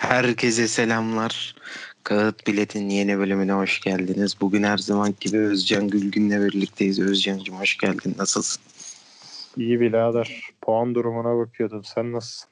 Herkese selamlar. Kağıt Bilet'in yeni bölümüne hoş geldiniz. Bugün her zaman gibi Özcan Gülgün'le birlikteyiz. Özcan'cığım hoş geldin. Nasılsın? İyi birader. Puan durumuna bakıyordum. Sen nasılsın?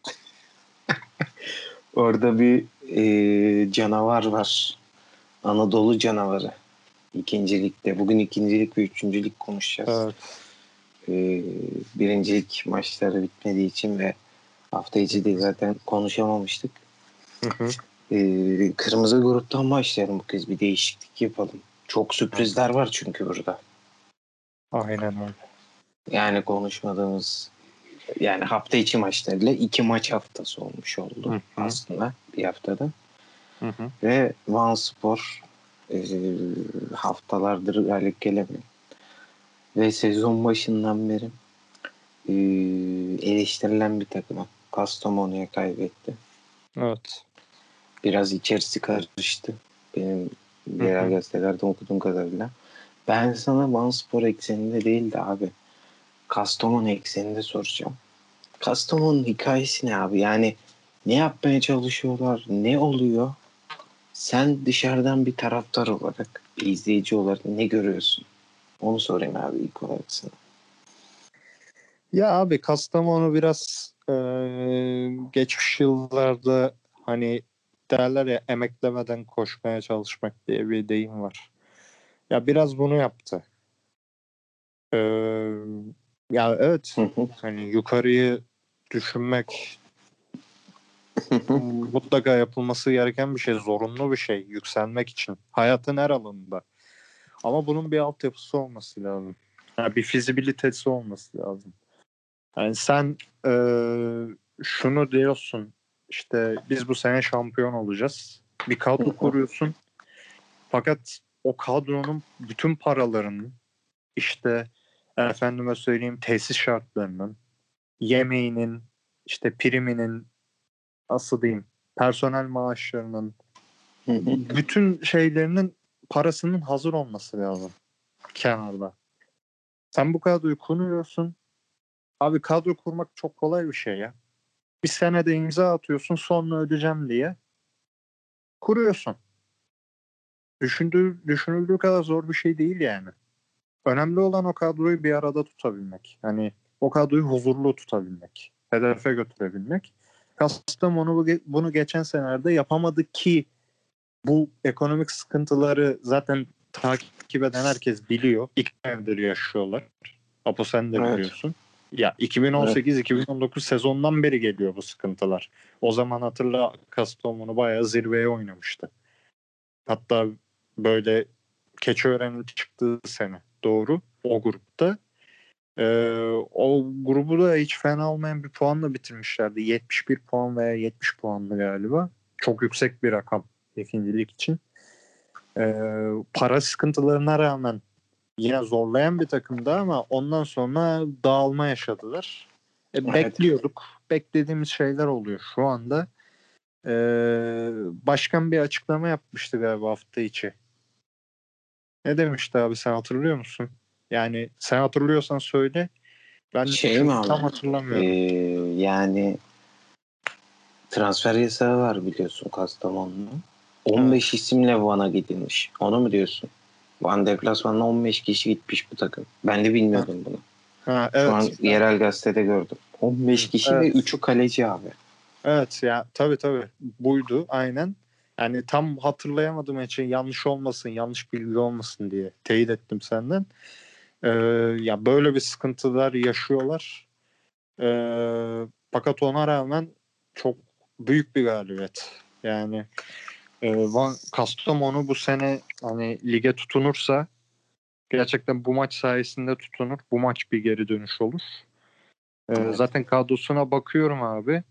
Orada bir canavar var. Anadolu canavarı. İkincilikte. Bugün ikincilik ve üçüncülük konuşacağız. Evet. Birincilik maçları bitmediği için ve hafta içi de zaten konuşamamıştık. Hı. Kırmızı gruptan başlayalım bu kez. Bir değişiklik yapalım. Çok sürprizler var çünkü burada. Aynen öyle. Yani konuşmadığımız hafta içi maçlarıyla 2 maç haftası olmuş oldu aslında bir haftada. Hı. Ve Vanspor haftalardır galip gelemiyor. Ve sezon başından beri eleştirilen bir takıma Kastamonu'ya kaybetti. Evet. Biraz içerisi karıştı. Benim yerel gazetelerde okuduğum kadarıyla. Ben sana Vanspor ekseninde değil de abi Kastamonu ekseninde soracağım. Kastamonu'nun hikayesi ne abi? Yani ne yapmaya çalışıyorlar? Ne oluyor? Sen dışarıdan bir taraftar olarak, bir izleyici olarak ne görüyorsun? Onu sorayım abi ilk olarak sana. Ya abi Kastamonu biraz geçmiş yıllarda hani derler ya emeklemeden koşmaya çalışmak diye bir deyim var. Ya biraz bunu yaptı. Eee, Ya evet hani yukarıyı düşünmek mutlaka yapılması gereken bir şey, zorunlu bir şey yükselmek için hayatın her alanında. Ama bunun bir altyapısı olması lazım. Yani bir fizibilitesi olması lazım. Yani sen şunu diyorsun, işte biz bu sene şampiyon olacağız. Bir kadro kuruyorsun. Fakat o kadronun bütün paralarının, işte efendime söyleyeyim tesis şartlarının, yemeğinin, işte priminin, nasıl diyeyim, personel maaşlarının, bütün şeylerinin parasının hazır olması lazım kenarda. Sen bu kadroyu kuruyorsun. Abi kadro kurmak çok kolay bir şey ya. Bir senede imza atıyorsun, sonra ödeyeceğim diye kuruyorsun. Düşünüldüğü kadar zor bir şey değil yani. Önemli olan o kadroyu bir arada tutabilmek. Hani o kadroyu huzurlu tutabilmek. Hedefe götürebilmek. Kastamonu bunu geçen senelerde yapamadı ki bu ekonomik sıkıntıları zaten takip eden herkes biliyor. İlk evdir yaşıyorlar. Apo sen de Evet. biliyorsun. Ya Evet. 2018-2019 sezondan beri geliyor bu sıkıntılar. O zaman hatırla Kastamonu bayağı zirveye oynamıştı. Hatta böyle Keçiören'in çıktığı sene doğru o grupta. O grubu da hiç fena olmayan bir puanla bitirmişlerdi. 71 puan veya 70 puanlı galiba. Çok yüksek bir rakam ikincilik için. Para sıkıntılarına rağmen yine zorlayan bir takımdı ama ondan sonra dağılma yaşadılar. Evet. Bekliyorduk. Beklediğimiz şeyler oluyor şu anda. Başkan bir açıklama yapmıştı galiba hafta içi. Ne demişti abi, sen hatırlıyor musun? Yani sen hatırlıyorsan söyle. Ben Şey mi çünkü abi? tam hatırlamıyorum. Yani transfer yasağı var biliyorsun Kastamonu'nun. 15 Evet. isimle Van'a gidilmiş. Onu mu diyorsun? Van deplasmanına 15 kişi gitmiş bu takım. Ben de Ha, bilmiyordum bunu. Şu an evet. yerel gazetede gördüm. 15 kişi ve Evet. 3'ü kaleci abi. Evet ya, tabii buydu aynen. Yani tam hatırlayamadığım için yanlış olmasın, yanlış bilgi olmasın diye teyit ettim senden. Ee, Ya böyle bir sıkıntılar yaşıyorlar. Fakat ona rağmen çok büyük bir galibiyet. Yani Kastamonu bu sene hani lige tutunursa, gerçekten bu maç sayesinde tutunur. Bu maç bir geri dönüş olur. Evet. Zaten kadrosuna bakıyorum abi.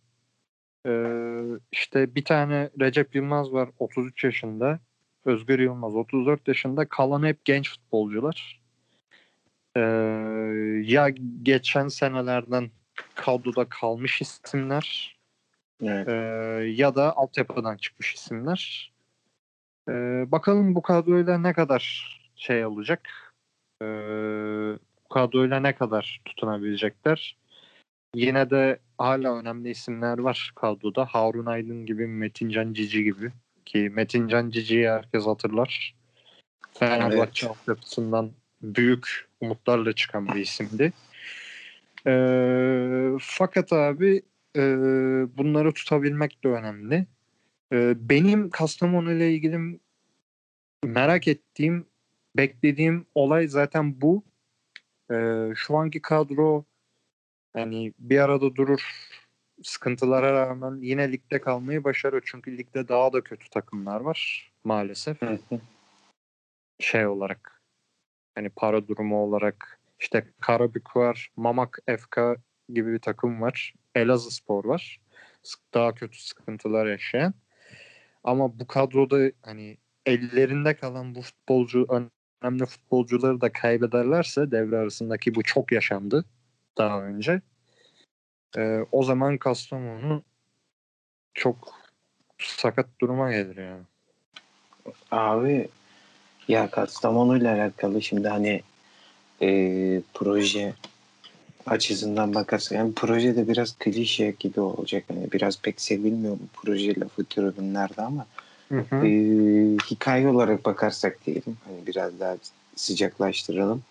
İşte bir tane Recep Yılmaz var 33 yaşında. Özgür Yılmaz 34 yaşında. Kalan hep genç futbolcular. Ee, Ya geçen senelerden kadroda kalmış isimler, Evet. ee, ya da altyapıdan çıkmış isimler. Bakalım bu kadroyla ne kadar şey olacak. Bu kadroyla ne kadar tutunabilecekler. Yine de hala önemli isimler var kadroda. Harun Aydın gibi, Metincan Cici gibi. Ki Metincan Cici'yi herkes hatırlar. Fenerbahçe Evet. altyapısından büyük umutlarla çıkan bir isimdi. Fakat abi bunları tutabilmek de önemli. Benim Kastamonu ile ilgili merak ettiğim, beklediğim olay zaten bu. Şu anki kadro hani bir arada durur, sıkıntılara rağmen yine ligde kalmayı başarıyor. Çünkü ligde daha da kötü takımlar var maalesef. Hı hı. Şey olarak hani para durumu olarak işte Karabük var, Mamak FK gibi bir takım var. Elazığspor var. Daha kötü sıkıntılar yaşayan. Ama bu kadroda hani ellerinde kalan bu futbolcu önemli futbolcuları da kaybederlerse devre arasındaki bu çok yaşandı daha önce. O zaman Kastamonu çok sakat duruma gelir yani. Abi ya Kastamonu ile alakalı şimdi hani proje açısından bakarsak yani proje de biraz klişe gibi olacak. Hani biraz pek sevilmiyor bu proje lafı tribünlerde ama Hı hı. hikaye olarak bakarsak diyelim hani biraz daha sıcaklaştıralım.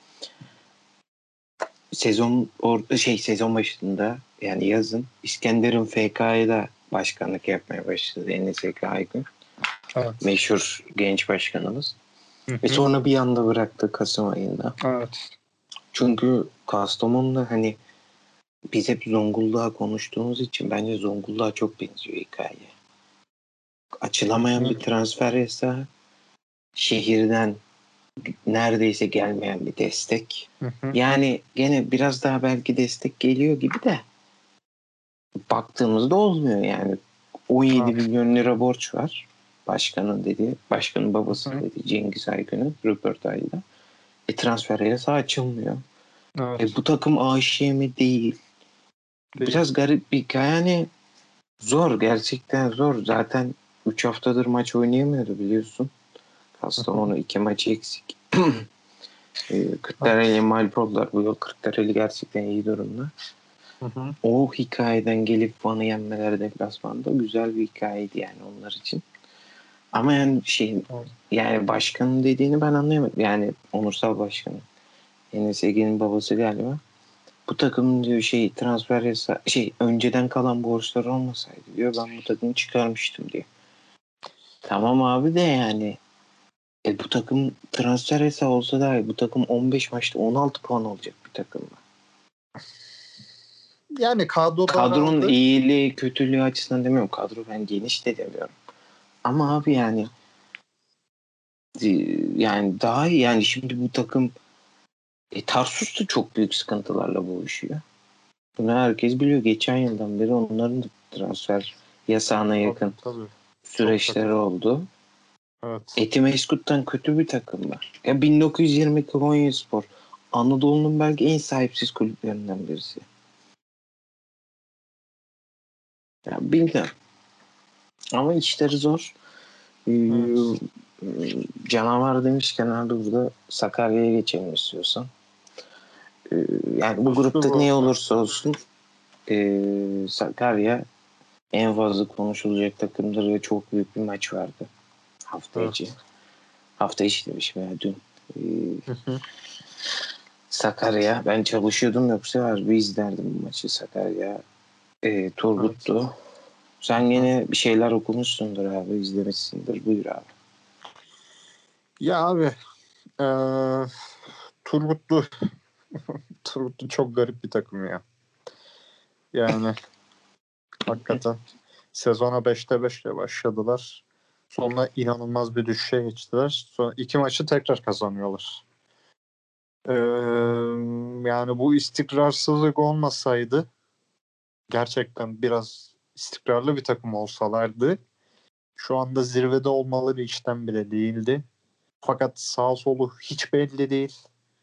Sezon başında yani yazın İskender'in FK'ya başkanlık yapmaya başladı Enes Eki Aygün. Evet. Meşhur genç başkanımız. Hı Ve hı. sonra bir anda bıraktı Kasım ayında. Evet. Çünkü Kastamonu'da hani biz hep Zonguldak'ı konuştuğumuz için bence Zonguldak'a çok benziyor hikaye. Hı Açılamayan hı. bir transfer yasağı, şehirden neredeyse gelmeyen bir destek. Hı hı. Yani gene biraz daha belki destek geliyor gibi de baktığımızda olmuyor yani. 17 Evet. milyon lira borç var. Başkanın dediği, başkanın Hı babası hı. dedi Cengiz Aygün'ün röportajda. Transfer yasa açılmıyor. Evet. Bu takım AŞM değil. Değil. Biraz garip bir hikaye. Yani zor. Gerçekten zor. Zaten 3 haftadır maç oynayamıyordu biliyorsun. Hı hı. Kastamonu 2 maçı eksik. Kırklareli Evet. mağlup oldular. Bu yıl Kırklareli gerçekten iyi durumda. Hı hı. O hikayeden gelip Van'ı yenmeleri deplasmanda güzel bir hikayeydi yani onlar için. Ama yani Evet. yani başkanın dediğini ben anlayamadım. Yani onursal başkanı. Enes Ege'nin babası galiba. Bu takımın diyor transfer önceden kalan borçlar olmasaydı diyor ben bu takımı çıkarmıştım diyor. Tamam abi de yani bu takım transfer yasağı olsa da bu takım 15 maçta 16 puan alacak bir takım. Yani kadro Kadronun daraldı. iyiliği kötülüğü açısından demiyorum. Kadro ben geniş de demiyorum. Ama abi yani daha iyi yani şimdi bu takım Tarsus da çok büyük sıkıntılarla boğuşuyor. Bunu herkes biliyor. Geçen yıldan beri onların da transfer yasağına Tabii yakın tabii. Çok süreçleri kötü. oldu. Evet. Etimeskut'tan kötü bir takım var. Ya 1920 Konyaspor Anadolu'nun belki en sahipsiz kulüplerinden birisi. Ya bilmiyorum. Ama işleri zor. Ee, Evet. Canavar demişken abi burada Sakarya'ya geçelim istiyorsan. Yani bu Güçlü grupta bu ne arada. olursa olsun Sakarya en fazla konuşulacak takımdır ve çok büyük bir maç vardı hafta içi. Evet. Hafta içi demişim ya dün. Ee, Hı hı. Sakarya ben çalışıyordum yoksa harbi izlerdim bu maçı Sakarya. Evet. Turgut'tu. Hı Sen hı. yine bir şeyler okumuşsundur abi izlemişsindir buyur abi. Ya abi Turgutlu Turgutlu çok garip bir takım ya. Yani hakikaten sezona 5'te 5 ile başladılar. Sonra inanılmaz bir düşüşe geçtiler. Sonra iki maçı tekrar kazanıyorlar. Ee, Yani bu istikrarsızlık olmasaydı gerçekten biraz istikrarlı bir takım olsalardı şu anda zirvede olmaları içten bile değildi. Fakat sağ solu hiç belli değil.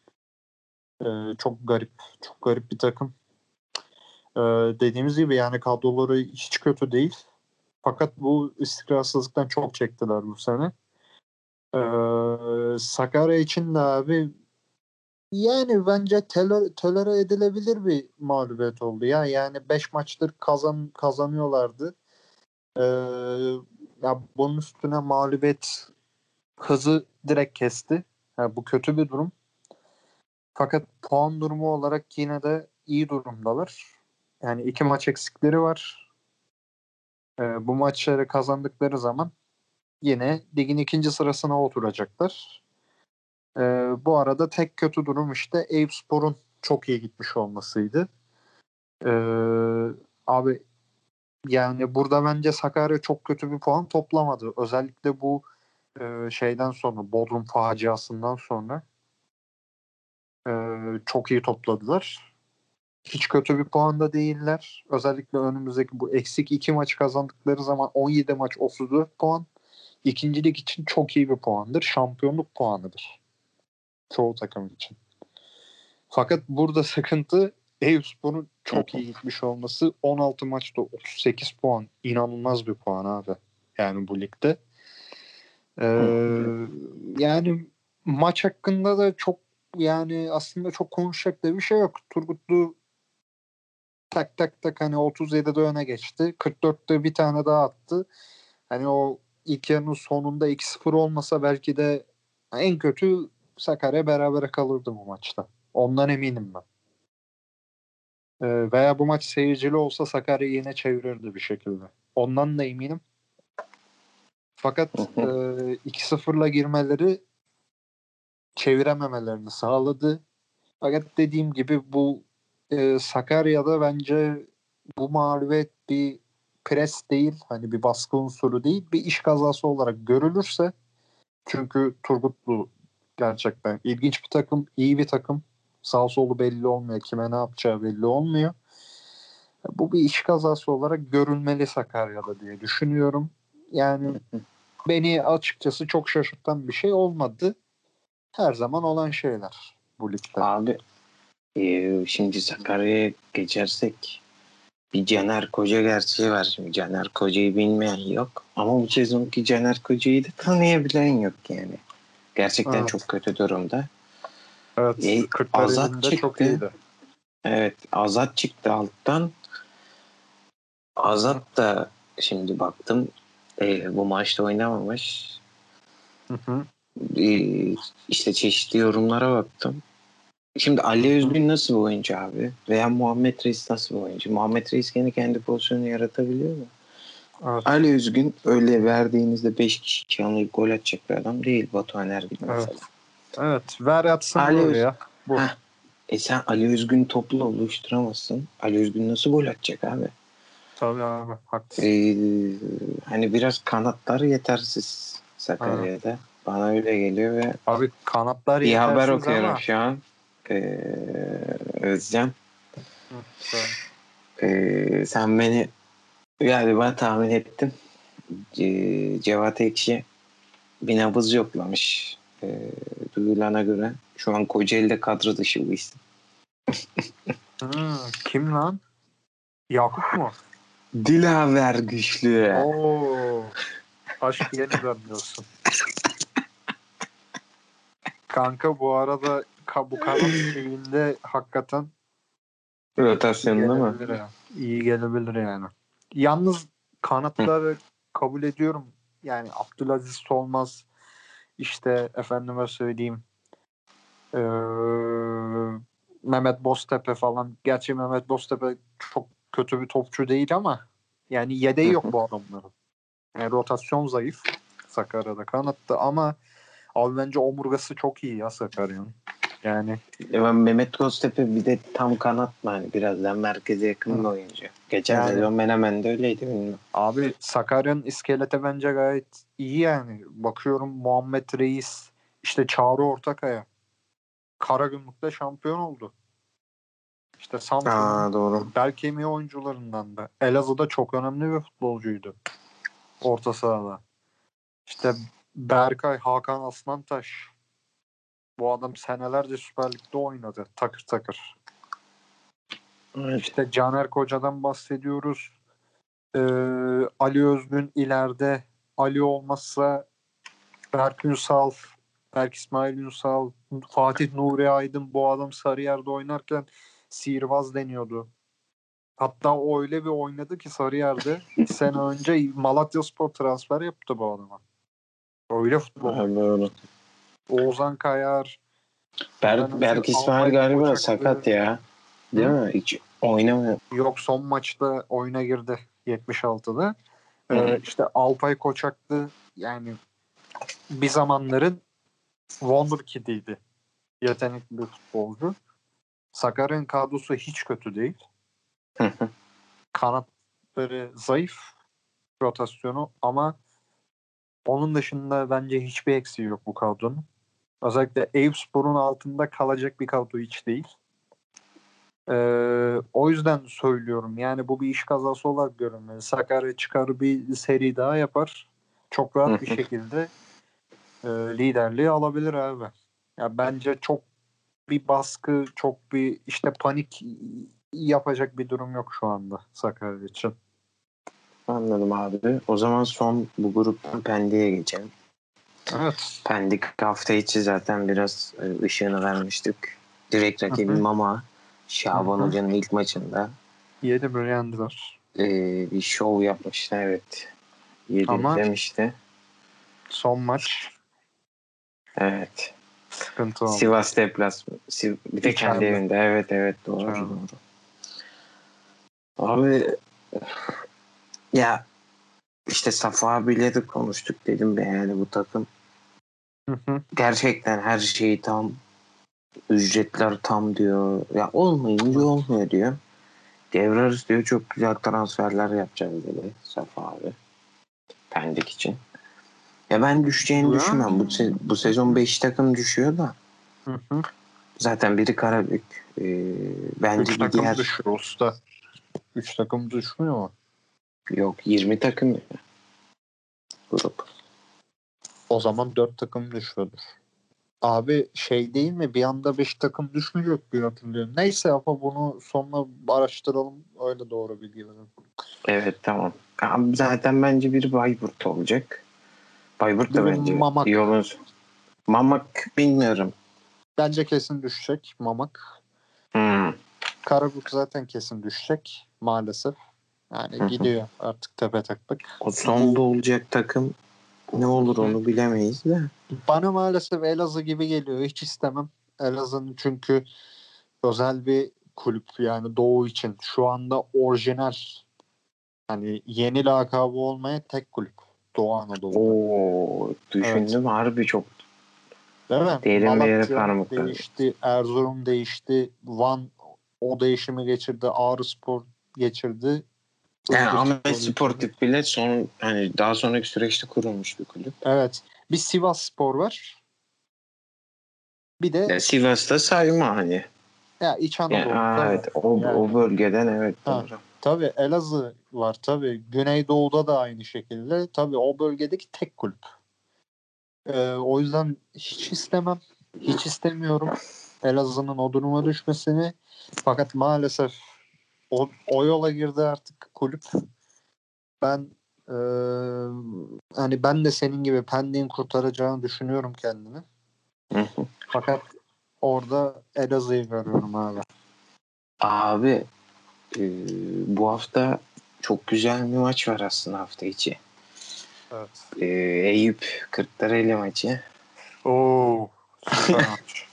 Çok garip. Çok garip bir takım. Ee, Dediğimiz gibi yani kadroları hiç kötü değil. Fakat bu istikrarsızlıktan çok çektiler bu sene. Sakarya için de abi Yani bence tolere edilebilir bir mağlubiyet oldu ya. Yani 5 maçtır kazanıyorlardı. Ee, Ya bunun üstüne mağlubiyet hızı direkt kesti. Ha, bu kötü bir durum. Fakat puan durumu olarak yine de iyi durumdalar. Yani 2 maç eksikleri var. Bu maçları kazandıkları zaman yine ligin ikinci sırasına oturacaklar. Bu arada tek kötü durum işte Eyüpspor'un çok iyi gitmiş olmasıydı. Ee, Abi yani burada bence Sakarya çok kötü bir puan toplamadı. Özellikle bu şeyden sonra Bodrum faciasından sonra e, çok iyi topladılar. Hiç kötü bir puanda değiller. Özellikle önümüzdeki bu eksik 2 maç kazandıkları zaman 17 maç 34 puan. İkincilik için çok iyi bir puandır. Şampiyonluk puanıdır. Çoğu takım için. Fakat burada sıkıntı Eyüpspor'un çok iyi gitmiş olması. 16 maçta 38 puan. İnanılmaz bir puan abi. Yani bu ligde. Yani maç hakkında da çok yani aslında çok konuşacak da bir şey yok. Turgutlu tak tak tak hani 37'de öne geçti. 44'te bir tane daha attı. Hani o ilk yarının sonunda 2-0 olmasa belki de en kötü Sakarya berabere kalırdı bu maçta. Ondan eminim ben. Veya bu maç seyircili olsa Sakarya yine çevirirdi bir şekilde. Ondan da eminim. Fakat 2-0'la girmeleri çevirememelerini sağladı. Fakat dediğim gibi bu Sakarya'da bence bu mağlubiyet bir pres değil, hani bir baskı unsuru değil, bir iş kazası olarak görülürse çünkü Turgutlu gerçekten ilginç bir takım, iyi bir takım. Sağ solu belli olmuyor, kime ne yapacağı belli olmuyor. Bu bir iş kazası olarak görülmeli Sakarya'da diye düşünüyorum. Yani beni açıkçası çok şaşırtan bir şey olmadı. Her zaman olan şeyler bu ligde. Abi şimdi Sakarya'ya geçersek bir Caner Koca gerçeği var. Şimdi Caner Koca'yı bilmeyen yok. Ama bu sezonki Caner Koca'yı da tanıyabilen yok yani. Gerçekten Evet. çok kötü durumda. Evet. Kırklar Azat elinde çok çıktı. iyiydi. Evet, Azat çıktı alttan. Hı hı. Azat da şimdi baktım bu maçta oynamamış. Hı hı. E, işte çeşitli yorumlara baktım. Şimdi Hı Ali hı. Özgün nasıl bir oyuncu abi? Veya Muhammed Reis nasıl bir oyuncu? Muhammed Reis kendi pozisyonunu yaratabiliyor mu? Evet. Ali Özgün öyle verdiğinizde 5 kişi çalınıp gol atacak bir adam değil. Batuhan Erbil mesela. Evet. Evet. Ver yatsın Ali vur Öz ya. Bu. Heh. Sen Ali Özgün topla oluşturamazsın. Ali Özgün nasıl gol atacak abi? Tabii abi. Haklısın. Ee, Hani biraz kanatlar yetersiz Evet. Sakarya'da. Bana öyle geliyor ve Abi kanatlar bir haber yetersiz okuyorum ama şu an. Özcan. hı, söyle. Sen beni galiba tahmin ettin. Cevat Ekşi bir nabız yoklamış. Duyulana göre. Şu an Kocaeli'de kadro dışı bu isim. Kim lan? Yakup mu? Dilaver Güçlü. Oo. Aşk yeniden diyorsun. Kanka bu arada bu kanat şeyinde hakikaten iyi Rotasyonda mı? gelebilir ya. İyi gelebilir yani. Yalnız Hı. kanatları kabul ediyorum. Yani Abdülaziz Solmaz işte efendime söyleyeyim Mehmet Boztepe falan. Gerçi Mehmet Boztepe çok kötü bir topçu değil ama yani Hı yedeği yok hı. bu adamların. Yani rotasyon zayıf Sakarya'da kanatta ama abi bence omurgası çok iyi ya Sakarya'nın. Yani Mehmet Göztepe bir de tam kanat mı? Hani birazdan merkeze yakın bir hı, oyuncu. Geçen yani sezon Menemen'de öyleydi bilmiyorum. abi Sakarya'nın iskelete bence gayet iyi yani. Bakıyorum Muhammed Reis, işte Çağrı Ortakaya. Karagümrük'te şampiyon oldu. İşte Samsun'un Aa, doğru. bel kemiği oyuncularından da. Elazığ'da çok önemli bir futbolcuydu. Orta sahada. İşte Berkay, Hakan Aslantaş. Bu adam senelerce Süper Lig'de oynadı. Takır takır. Evet. İşte Caner Koca'dan bahsediyoruz. Ee, Ali Özgün ileride. Ali olmazsa Berk Ünsal. Berk İsmail Ünsal, Fatih Nuri Aydın, bu adam Sarıyer'de oynarken sihirbaz deniyordu. Hatta o öyle bir oynadı ki Sarıyer'de 2 sene önce Malatyaspor transfer yaptı bu adama. Öyle futbol Abi oynuyor. öyle. Oğuzhan Kayar, efendim Berk İsmail Alpay galiba Koçaklı. sakat ya. Değil Hı? mi? Hiç oynamıyor. Yok, son maçta oyuna girdi 76'da. Hı. İşte Alpay Koçaklı yani bir zamanların Wonderkid'iydi. Yetenekli bir futbolcu. Sakarya'nın kadrosu hiç kötü değil. Kanatları zayıf, rotasyonu, ama onun dışında bence hiçbir eksiği yok bu kadronun. Özellikle Eyüpspor'un altında kalacak bir kadro hiç değil. O yüzden söylüyorum. Yani bu bir iş kazası olarak görünmeli. Sakarya çıkar bir seri daha yapar. Çok rahat bir şekilde liderliği alabilir abi. Ya bence çok bir baskı, çok bir işte panik yapacak bir durum yok şu anda Sakarya için. Anladım abi. O zaman son bu gruptan Pendik'e geçelim. Evet. Pendik hafta içi zaten biraz ışığını vermiştik. Direkt rakibi Hı-hı. Mama. Şaban Hı-hı. Hoca'nın ilk maçında 7 yendiler. bir şov yapmıştı. Evet. Ama Demişti. son maç Evet. sıkıntı oldu. Sivas deplasmanı. Bir de kendi İçeride. evinde. Evet evet doğru İçeride. doğru. Abi ya işte Safa abiyle de konuştuk dedim be yani bu takım Hı-hı. gerçekten her şeyi tam, ücretler tam diyor. Ya olmayınca Evet. olmuyor diyor. Devre arası diyor çok güzel transferler yapacağız dedi Safa abi. Pendik için. Ya ben düşeceğini düşünmüyorum. Bu sezon 5 takım düşüyor da. Hı-hı. Zaten biri Karabük. Bence 3 bir takım diğer düşüyor usta. 3 takım düşmüyor mu? yok 20 takım grup. O zaman 4 takım düşüyordur. Abi şey değil mi? Bir anda 5 takım düşmeyecek diye hatırlıyorum. Neyse ama bunu sonra araştıralım. Öyle doğru bilgi verelim. Evet tamam. Abi zaten bence bir Bayburt olacak. Bayburt da Biri bence Mamak. yolun Mamak bilmiyorum. Bence kesin düşecek Mamak. Hmm. Karabük zaten kesin düşecek maalesef. Hı Yani hı. gidiyor artık tepe taklak. O sonda Bu olacak takım ne olur onu bilemeyiz de. bana maalesef Elazığ gibi geliyor. Hiç istemem. Elazığ'ın çünkü özel bir kulüp, yani Doğu için. Şu anda orijinal, hani yeni lakabı olmayan tek kulüp Doğu Anadolu'da. Oo, Evet. düşündüm harbi çok Değil mi? derin bir yere Malatya parmak bastın. değişti, Erzurum değişti, Van o değişimi geçirdi, Ağrıspor geçirdi, Yani Ahmet Iğdırspor geçirdi. Sportif bile son hani daha sonraki süreçte kurulmuş bir kulüp. Evet. Bir Sivasspor var. Bir de Ya Sivas'ta sayma hani. ya İç Yani, Anadolu tabii. evet o Yani bölgeden evet ha, doğru. tabii Elazığ var tabii. Güneydoğu'da da aynı şekilde. Tabii o bölgedeki tek kulüp. O yüzden hiç istemem. Hiç istemiyorum Elazığ'ın o duruma düşmesini. Fakat maalesef o yola girdi artık kulüp. Ben e, hani ben de senin gibi Pendik'in kurtaracağını düşünüyorum kendini. Hı hı. Fakat orada Elazığ'ı görüyorum abi. Abi e, bu hafta çok güzel bir maç var aslında hafta içi. Evet. Eyüp Kırklareli maçı. Oo, süper maç.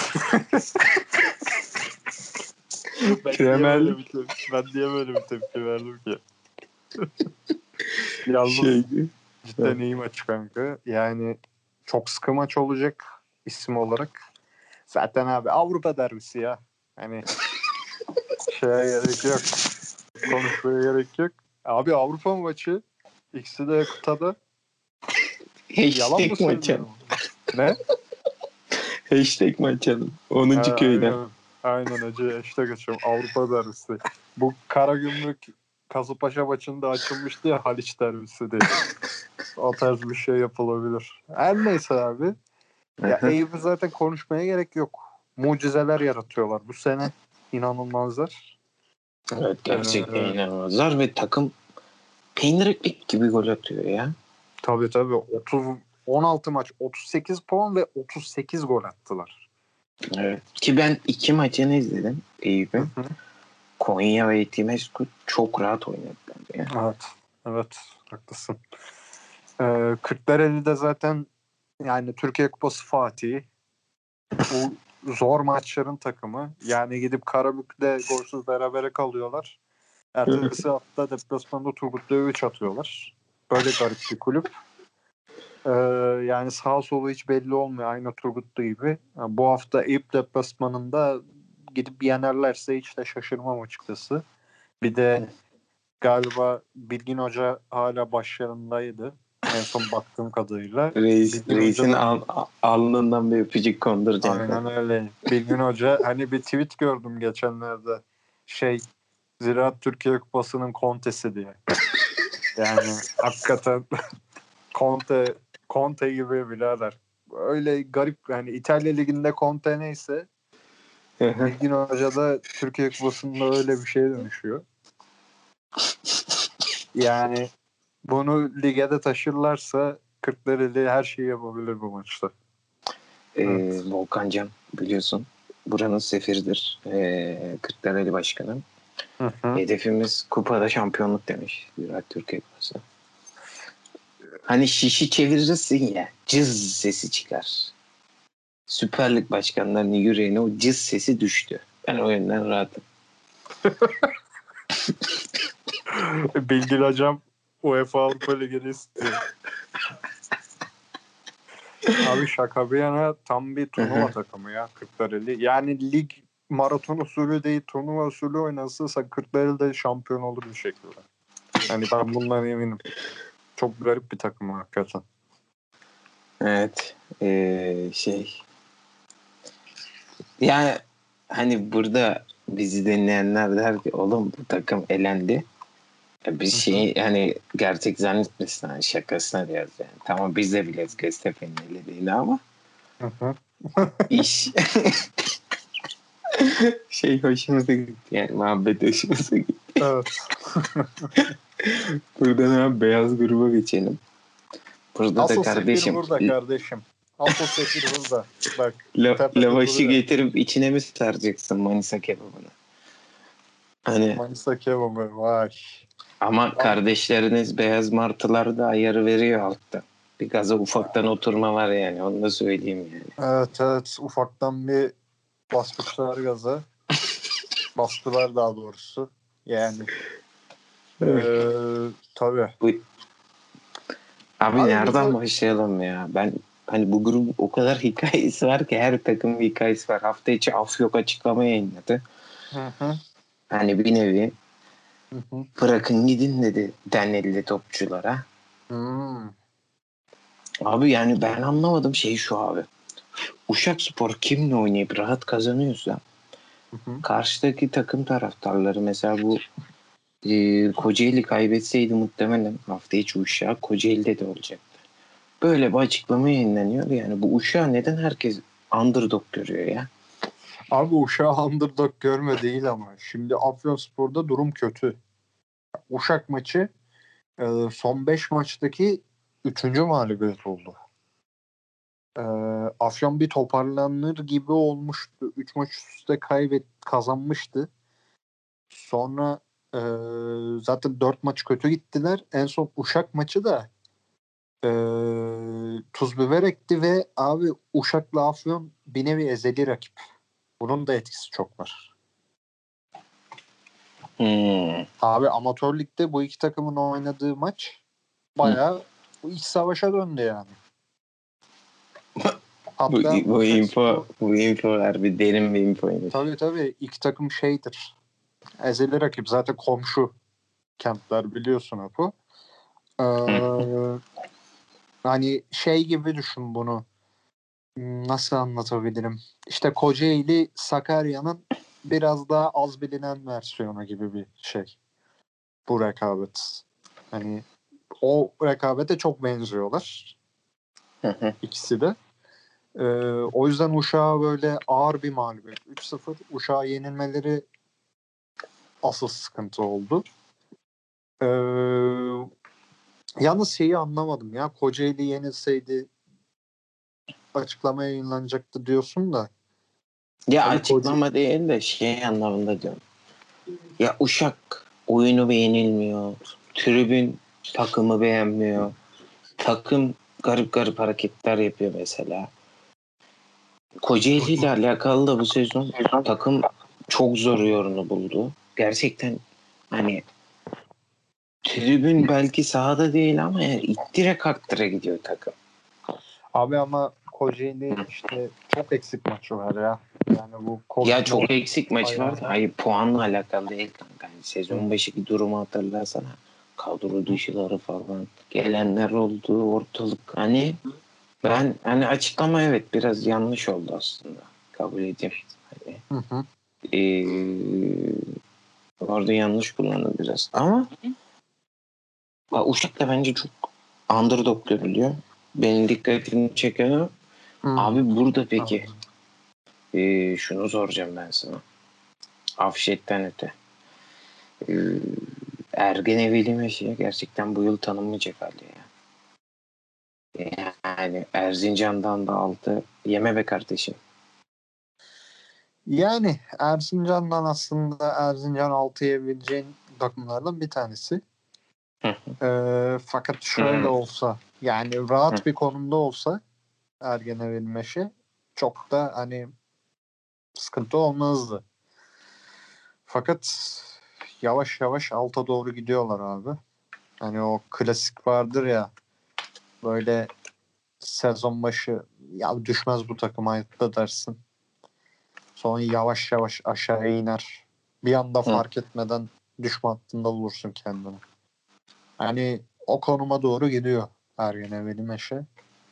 Kremel Ben niye böyle bir tepki verdim ki? Yalnız şeydi. cidden iyi maç kanka. Yani çok sıkı maç olacak isim olarak. Zaten abi Avrupa derbisi ya. Hani şeye gerek yok. Konuşmaya gerek yok. Abi Avrupa maçı. İkisi de kıtada. Yalan mı Hashtag maçalım. söylüyorum? Ne? Hashtag maçalım. 10. köyden. Aynen. Aynen hacı. İşte geçiyorum. Avrupa derbisi. Bu Karagümrük Kasımpaşa maçında açılmıştı ya, Haliç derbisi diye. O tarz bir şey yapılabilir. Her neyse abi. Hı Ya hı. Eyüp'ü zaten konuşmaya gerek yok. Mucizeler yaratıyorlar bu sene. İnanılmazlar. Evet gerçekten Ee, inanılmazlar ve takım peynir ekmek gibi gol atıyor ya. tabii 30 16 maç 38 puan ve 38 gol attılar. Evet. Ki ben 2 maçını izledim Eyüp'ün. Konya ve Etimesgut çok rahat oynadı bence. Evet. Evet. Haklısın. Kırklareli'de zaten yani Türkiye Kupası Fatih. Bu zor maçların takımı. Yani gidip Karabük'te golsüz berabere kalıyorlar. Ertesi hafta deplasmanda Turgutlu'ya 3 atıyorlar. Böyle garip bir kulüp. Ee, Yani sağ solu hiç belli olmuyor. Aynı Turgutlu gibi. Yani bu hafta Eyüp deplasmanında gidip yenerlerse hiç de şaşırmam açıkçası. Bir de galiba Bilgin Hoca hala başlarındaydı. En son baktığım kadarıyla. Bilgin Reisin Hoca'dan alnından bir öpücük konduracaksın. aynen öyle. Bilgin Hoca hani bir tweet gördüm geçenlerde. Ziraat Türkiye Kupası'nın kontesi diye. Yani hakikaten Conte gibi birader. Öyle garip yani İtalya Ligi'nde Conte neyse Bilgin Hoca da Türkiye Kupası'nda öyle bir şeye dönüşüyor. Yani bunu lige de taşırlarsa Kırklareli her şeyi yapabilir bu maçta. Evet. Volkancan biliyorsun. Buranın sefiridir. Kırklareli Başkanı. Hedefimiz kupada şampiyonluk demiş. Ziraat Türkiye Kupası. Hani şişi çevirirsin ya. Cız sesi çıkar. Süper Lig başkanlarının yüreğine o cız sesi düştü. Ben o yönden rahatım. Bilgin Hocam UEFA Avrupa Ligi'ni istiyor. Abi şaka bir yana tam bir turnuva takımı ya Kırklareli. Yani lig maraton usulü değil turnuva usulü oynansa Kırklareli şampiyon olur bir şekilde. Yani ben bundan eminim. Çok garip bir takım hakikaten. Evet. Yani hani burada bizi dinleyenler der ki oğlum bu takım elendi. Biz hani gerçek zannetmesin hani şakasına diyoruz yani. Tamam biz de biliriz Göztepe'nin elediğini ama iş hoşumuza gitti yani muhabbet hoşumuza gitti. Evet. Buradan hemen beyaz gruba geçelim. Burada Asıl da kardeşim. sefir burada kardeşim. Asıl sefir burada. Bak. Lavaşı getirip içine mi saracaksın Manisa kebabını? Hani Manisa kebabı vay. ama kardeşleriniz beyaz martılar da ayarı veriyor altta. Bir gaza ufaktan oturma var yani onu da söyleyeyim yani. Evet ufaktan bir basmışlar gaza. Bastılar daha doğrusu. Yani tabii. Abi nereden bize... başlayalım ya? Ben hani bu grubun o kadar hikayesi var ki her takımın bir hikayesi var. Hafta içi Afyok açıklama yayınladı. Hani bir nevi bırakın gidin dedi Denelli topçulara. Abi yani ben anlamadım şu abi. Uşakspor kimle oynayıp rahat kazanıyorsa karşıdaki takım taraftarları mesela bu Kocaeli kaybetseydi muhtemelen hafta içi Uşak Kocaeli'de de olacaktı. Böyle bir açıklama yayınlanıyor. Yani bu Uşak'ı neden herkes underdog görüyor ya? Abi Uşak underdog görme değil ama. Şimdi Afyonspor'da durum kötü. Uşak maçı son 5 maçtaki 3. mağlubiyet oldu. Afyon bir toparlanır gibi olmuştu. 3 maç üst üste kazanmıştı. Sonra zaten 4 maç kötü gittiler. En son Uşak maçı da tuz biber ekti ve abi Uşak'la Afyon bir nevi ezeli rakip. Bunun da etkisi çok var. Abi amatör ligde bu iki takımın oynadığı maç bayağı iç savaşa döndü yani. Hatta bu info harbi derin bir infoymuş. Tabii iki takım şeydir. Ezeli rakip zaten komşu kentler biliyorsun Apo. Hani gibi düşün bunu. Nasıl anlatabilirim? İşte Kocaeli Sakarya'nın biraz daha az bilinen versiyonu gibi bir şey. Bu rekabet. Hani o rekabete çok benziyorlar. İkisi de. O yüzden Uşak'a böyle ağır bir mağlubiyet. 3-0 Uşak'a yenilmeleri asıl sıkıntı oldu. Yalnız anlamadım ya. Kocaeli yenilseydi açıklama yayınlanacaktı diyorsun da. Ya Abi açıklama değil de şey anlamında diyorum. Ya Uşak oyunu beğenilmiyor. Tribün takımı beğenmiyor. Takım garip garip hareketler yapıyor mesela. Kocaeli ile alakalı da bu sezon takım çok zor yorunu buldu. Gerçekten hani tribün belki sahada değil ama yani ittire kaktıra gidiyor takım. Abi ama Kocaeli işte çok eksik maçı var ya. Yani bu Ya Covid çok eksik maç var da ayağına. hayır puanla alakalı değil kanka. Yani sezon başındaki durumu hatırlasana. Kadro dışıları falan gelenler oldu ortalık. Hani ben hani açıklama evet biraz yanlış oldu aslında. Kabul edeyim. Hani, Hı hı. orada yanlış kullandım biraz. Ama Uşak da bence çok underdog görülüyor. Benim dikkatimi çeken abi burada peki şunu soracağım ben sana. Afşet'ten öte. Ee, Ergen Eveli Meşe gerçekten bu yıl tanınmayacak halde ya. Yani Erzincan'dan da altı yeme be kardeşim. Yani Erzincan'dan aslında Erzincan 6 yiyebileceğin takımlardan bir tanesi. Fakat şöyle olsa yani rahat bir konumda olsa Ergene Verilmeşe çok da hani sıkıntı olmazdı. Fakat yavaş yavaş alta doğru gidiyorlar abi. Hani o klasik vardır ya böyle sezon başı ya düşmez bu takım hayatta dersin. Sonra yavaş yavaş aşağıya iner. Bir anda fark etmeden düşme hattında bulursun kendini. Hani o konuma doğru gidiyor Ergene Verilmeşe.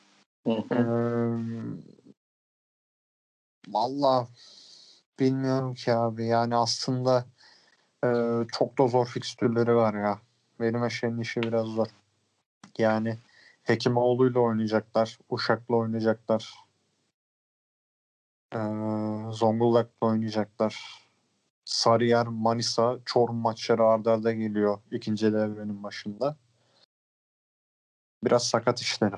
Valla bilmiyorum ki abi. Yani aslında çok da zor fikstürleri var ya. Benim eşeğin işi biraz zor. Yani Hekimoğlu'yla oynayacaklar. Uşak'la oynayacaklar. Zonguldak'la oynayacaklar. Sarıyer, Manisa, Çorum maçları arda arda geliyor ikinci devrenin başında. Biraz sakat işleri.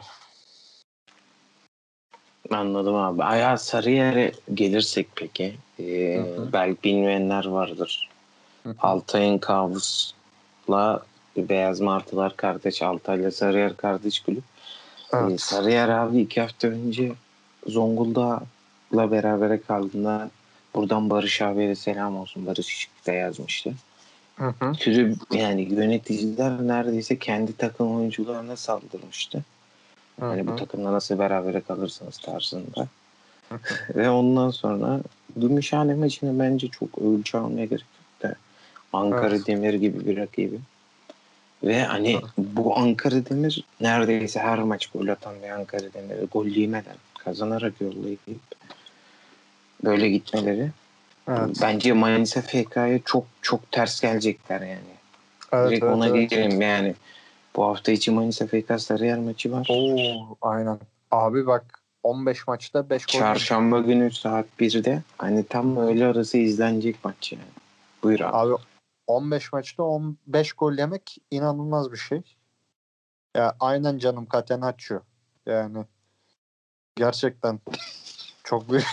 Anladım abi. Ayağı Sarıyer'e gelirsek peki belki bilmeyenler vardır. Altay'ın Kavus'la Beyaz Martılar kardeş, Altay'la Sarıyer kardeş kulüp. Evet. Sarıyer abi 2 hafta önce Zonguldak'la berabere kaldığında buradan Barış abiye de selam olsun. Barış Işık da yazmıştı. Yani yöneticiler neredeyse kendi takım oyuncularına saldırmıştı. Hani bu takımla nasıl berabere kalırsınız tarzında. Ve ondan sonra Gümüşhane maçını bence çok ölçü almaya gerek yok da Ankara Demir gibi bir rakibi. Ve hani bu Ankara Demir neredeyse her maç gol atan bir Ankara Demir gol yemeden kazanarak yollayıp böyle gitmeleri bence Manisa FK'ya çok çok ters gelecekler yani. Direkt ona gireyim yani. Bu hafta içi Manisa FK Sarıyer maçı var. Oo, aynen. Abi bak 15 maçta 5 gol. Çarşamba günü saat 1'de. Hani tam öğle arası izlenecek maç yani. Buyur abi. Abi 15 maçta 15 gol yemek inanılmaz bir şey. Ya aynen canım Catenaccio. Yani gerçekten çok büyük.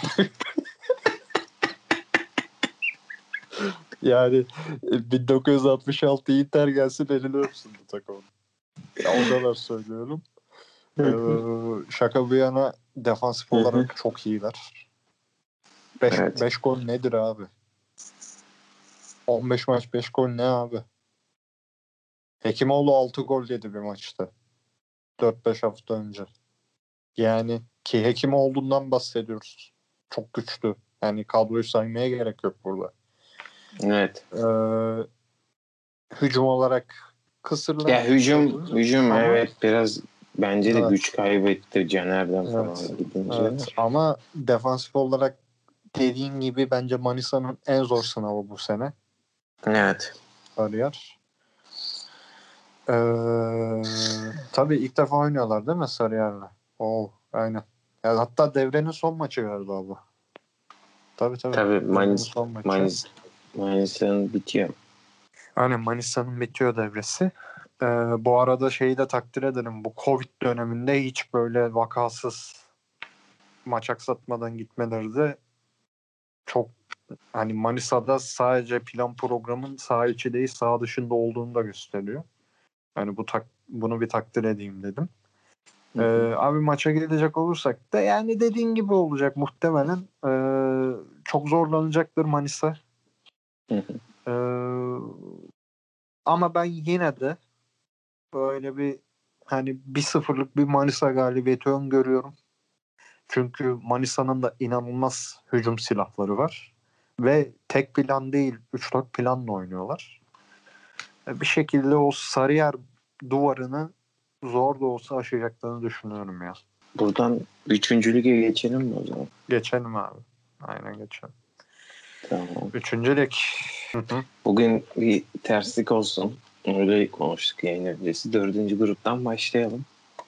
Yani 1966 Inter gelsin elini öpsün bu takımın. Ya o kadar söylüyorum. Şaka bir yana defansif olarak çok iyiler. 5 Evet. gol nedir abi? 15 maç 5 gol ne abi? Hekimoğlu 6 gol yedi bir maçta. 4-5 hafta önce. Yani ki Hekimoğlu'ndan bahsediyoruz. Çok güçlü. Yani kadroyu saymaya gerek yok burada. Evet. Hücum olarak kısırlar. Ya hücum ama, evet biraz bence de güç kaybetti Caner'den falan gidince. Evet. Ama defansif olarak dediğin gibi bence Manisa'nın en zor sınavı bu sene. Evet. Sarıyer. Tabii ilk defa oynuyorlar değil mi Sarıyer'le? Oo, aynen. Yani hatta devrenin son maçı galiba bu. Tabii. Tabii Devrenin son maçı. Manisa'nın bitiyor. Aynen Manisa'nın bitiyor devresi. Bu arada şeyi de takdir ederim. Bu Covid döneminde hiç böyle vakasız maç aksatmadan gitmeleri de çok, hani Manisa'da sadece plan programın saha içi değil saha dışında olduğunu da gösteriyor. Yani bunu bir takdir edeyim dedim. Abi maça gelecek olursak da yani dediğin gibi olacak muhtemelen. Çok zorlanacaktır Manisa. Ee, Ama ben yine de böyle bir hani 1-0'lık bir Manisa galibiyeti öngörüyorum. Çünkü Manisa'nın da inanılmaz hücum silahları var. Ve tek plan değil 3-4 planla oynuyorlar. Bir şekilde o Sarıyer duvarını zor da olsa aşacaklarını düşünüyorum ya. Buradan 3. lige geçelim mi o zaman? Geçelim abi. Aynen geçelim. Tamam. 3. lig. Bugün bir terslik olsun. Öyle konuştuk yayın öncesi. 4. gruptan başlayalım.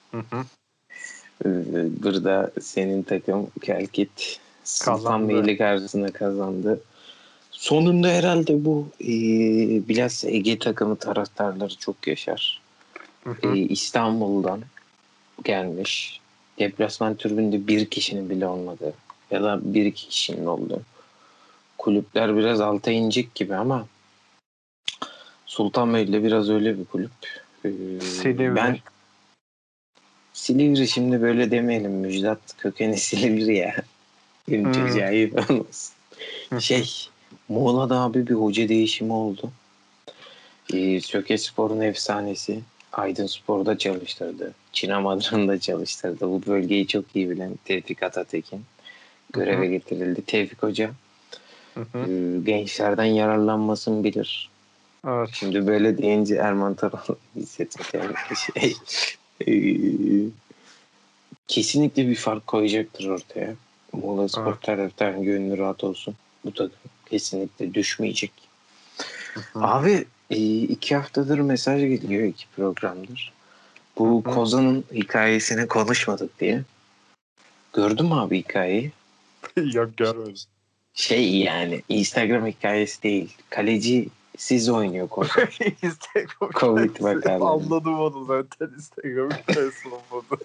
Burada senin takım Kelkit Sultanbeyli karşısında kazandı. Sonunda herhalde bu bilhassa Ege takımı taraftarları çok yaşar. İstanbul'dan gelmiş. Deplasman tribünde bir kişinin bile olmadığı ya da bir iki kişinin olduğu. Kulüpler biraz alta inecek gibi ama Sultanbeyli biraz öyle bir kulüp. Silivri. Ben Silivri şimdi böyle demeyelim. Müjdat kökeni Silivri ya. Benim çocuğa ayıp olmasın. Muğla'da abi bir hoca değişimi oldu. Sökespor'un efsanesi Aydınspor'da çalıştırdı. Çinamadran'da çalıştırdı. Bu bölgeyi çok iyi bilen Tevfik Atatekin göreve getirildi. Tevfik Hoca gençlerden yararlanmasını bilir. Evet. Şimdi böyle deyince Erman Toroğlu hissetmek kesinlikle bir fark koyacaktır ortaya. Muğla Spor taraftarının gönlü rahat olsun. Bu takım kesinlikle düşmeyecek. Abi 2 haftadır mesaj geliyor 2 programdır. Bu Kozan'ın hikayesini konuşmadık diye. Gördün mü abi hikayeyi? Yok görmedim. Yani Instagram hikayesi değil. Kaleci siz oynuyor Kozan. Instagram Covid vakaları. Anladım onu zaten. Instagram hikayesi olmadı.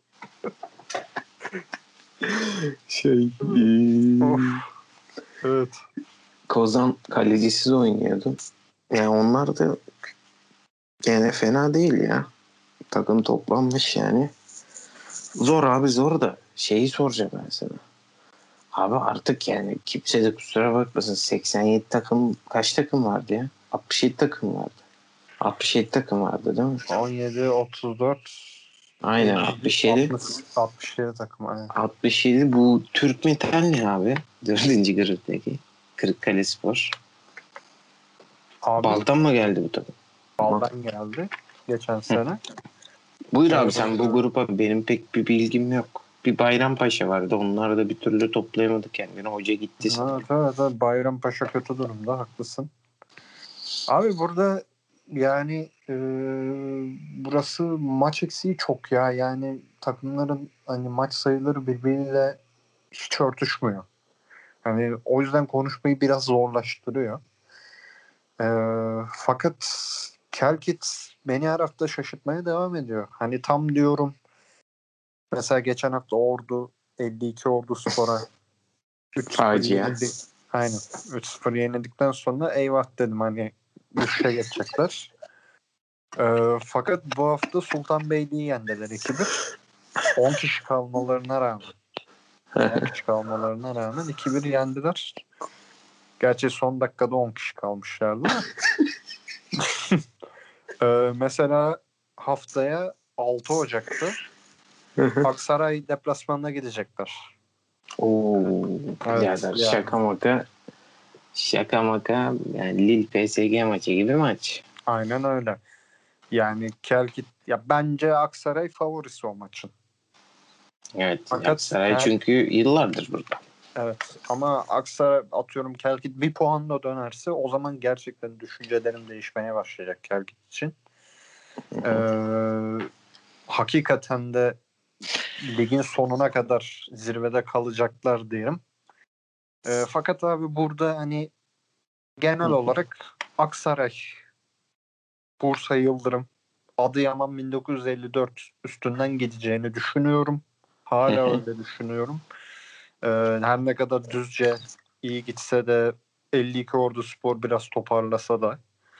Evet. Kozan kalecisiz oynuyordu. Yani onlar da gene fena değil ya. Takım toplanmış yani. Zor abi zor da. Şeyi soracağım ben sana. Abi artık yani kimse de kusura bakmasın 87 takım kaç takım vardı ya? 67 takım vardı. 67 takım vardı değil mi? 17, 34 Aynen 67. 67 takım. Aynen. 67 bu Türk Metal ne abi? 4. gruptaki. Kırıkkale Abi, Baltan mı geldi bu takım? Baldan geldi geçen sene. Buyur abi sen bu grupa benim pek bir bilgim yok. Bir Bayrampaşa vardı. Onlar da bir türlü toplayamadı kendini. Hoca gitti sanırım. Evet. Bayrampaşa kötü durumda. Haklısın. Abi burada yani burası maç eksiği çok ya. Yani takımların hani maç sayıları birbiriyle hiç örtüşmüyor. Hani o yüzden konuşmayı biraz zorlaştırıyor. Fakat Kelkit beni her hafta şaşırtmaya devam ediyor. Hani tam diyorum mesela geçen hafta Ordu 52 Ordu Spor'a 3-0 yenildi. Aynen. 3-0 yenildikten sonra eyvah dedim hani düşüşe geçecekler. Fakat bu hafta Sultanbeyli'yi yendiler 2-1. 10 kişi kalmalarına rağmen. 10 kişi kalmalarına rağmen 2-1 yendiler. Gerçi son dakikada 10 kişi kalmışlardı da. Mesela haftaya 6 Ocak'ta Aksaray deplasmanına gidecekler. Oo, Evet, birader yani. şaka maka yani Lille PSG maçı gibi maç. Aynen öyle. Yani Kelkit ya bence Aksaray favorisi o maçın. Evet. Fakat Aksaray çünkü yıllardır burada. evet ama Aksaray atıyorum Kelkit bir puanla dönerse o zaman gerçekten düşüncelerim değişmeye başlayacak Kelkit için. Hakikaten de ligin sonuna kadar zirvede kalacaklar diyelim. Fakat abi burada hani genel olarak Aksaray, Bursa Yıldırım, Adıyaman 1954 üstünden gideceğini düşünüyorum. Hala öyle düşünüyorum. Her ne kadar Düzce iyi gitse de 52 Orduspor biraz toparlasa da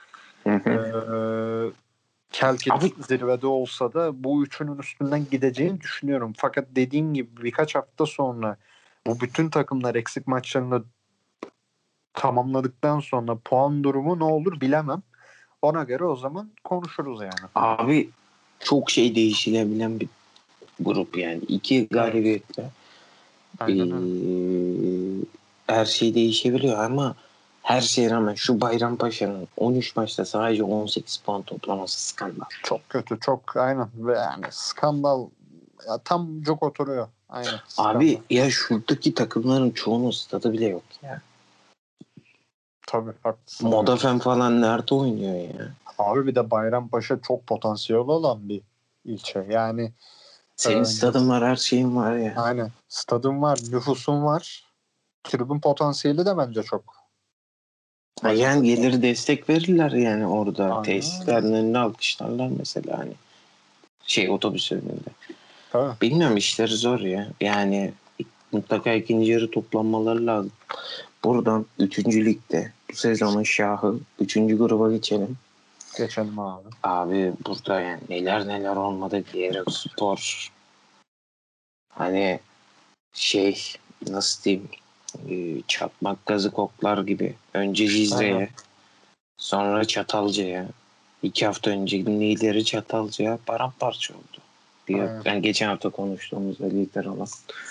Kelkit Abi, zirvede olsa da bu üçünün üstünden gideceğini düşünüyorum. Fakat dediğim gibi birkaç hafta sonra bu bütün takımlar eksik maçlarını tamamladıktan sonra puan durumu ne olur bilemem. Ona göre o zaman konuşuruz yani. abi çok şey değişilebilen bir grup yani. İki Evet. galibiyetle Aynen öyle. her şey değişebiliyor ama her şeye rağmen şu Bayrampaşa'nın 13 maçta sadece 18 puan toplaması skandal. Çok kötü, çok aynen ve yani skandal ya, tam çok oturuyor. Aynen skandal. Abi ya şuradaki takımların çoğunun stadı bile yok ya. Tabii haklısın. Evet. Modafen falan nerede oynuyor ya? Abi bir de Bayrampaşa çok potansiyel olan bir ilçe. Yani Senin stadın var, her şeyin var ya. aynen. Stadın var, nüfusun var. Tribün potansiyeli de bence çok. Ha, yani gelir destek verirler yani orada. Aynen. Tesislerin önüne alkışlarlar mesela hani. Otobüs önünde. Tabii. Bilmiyorum, işleri zor ya. Yani mutlaka ikinci yarı toplanmaları lazım. Buradan 3. ligde bu sezonun şahı 3. gruba geçelim. Geçelim abi. Abi burada yani neler neler olmadı diyerek spor. Hani nasıl diyeyim, çakmak gazı koklar gibi. Önce Aynen. Cizre'ye, sonra Çatalca'ya. 2 hafta önce lideri Çatalca'ya paramparça oldu. Aynen. Yani geçen hafta konuştuğumuzda lider olan.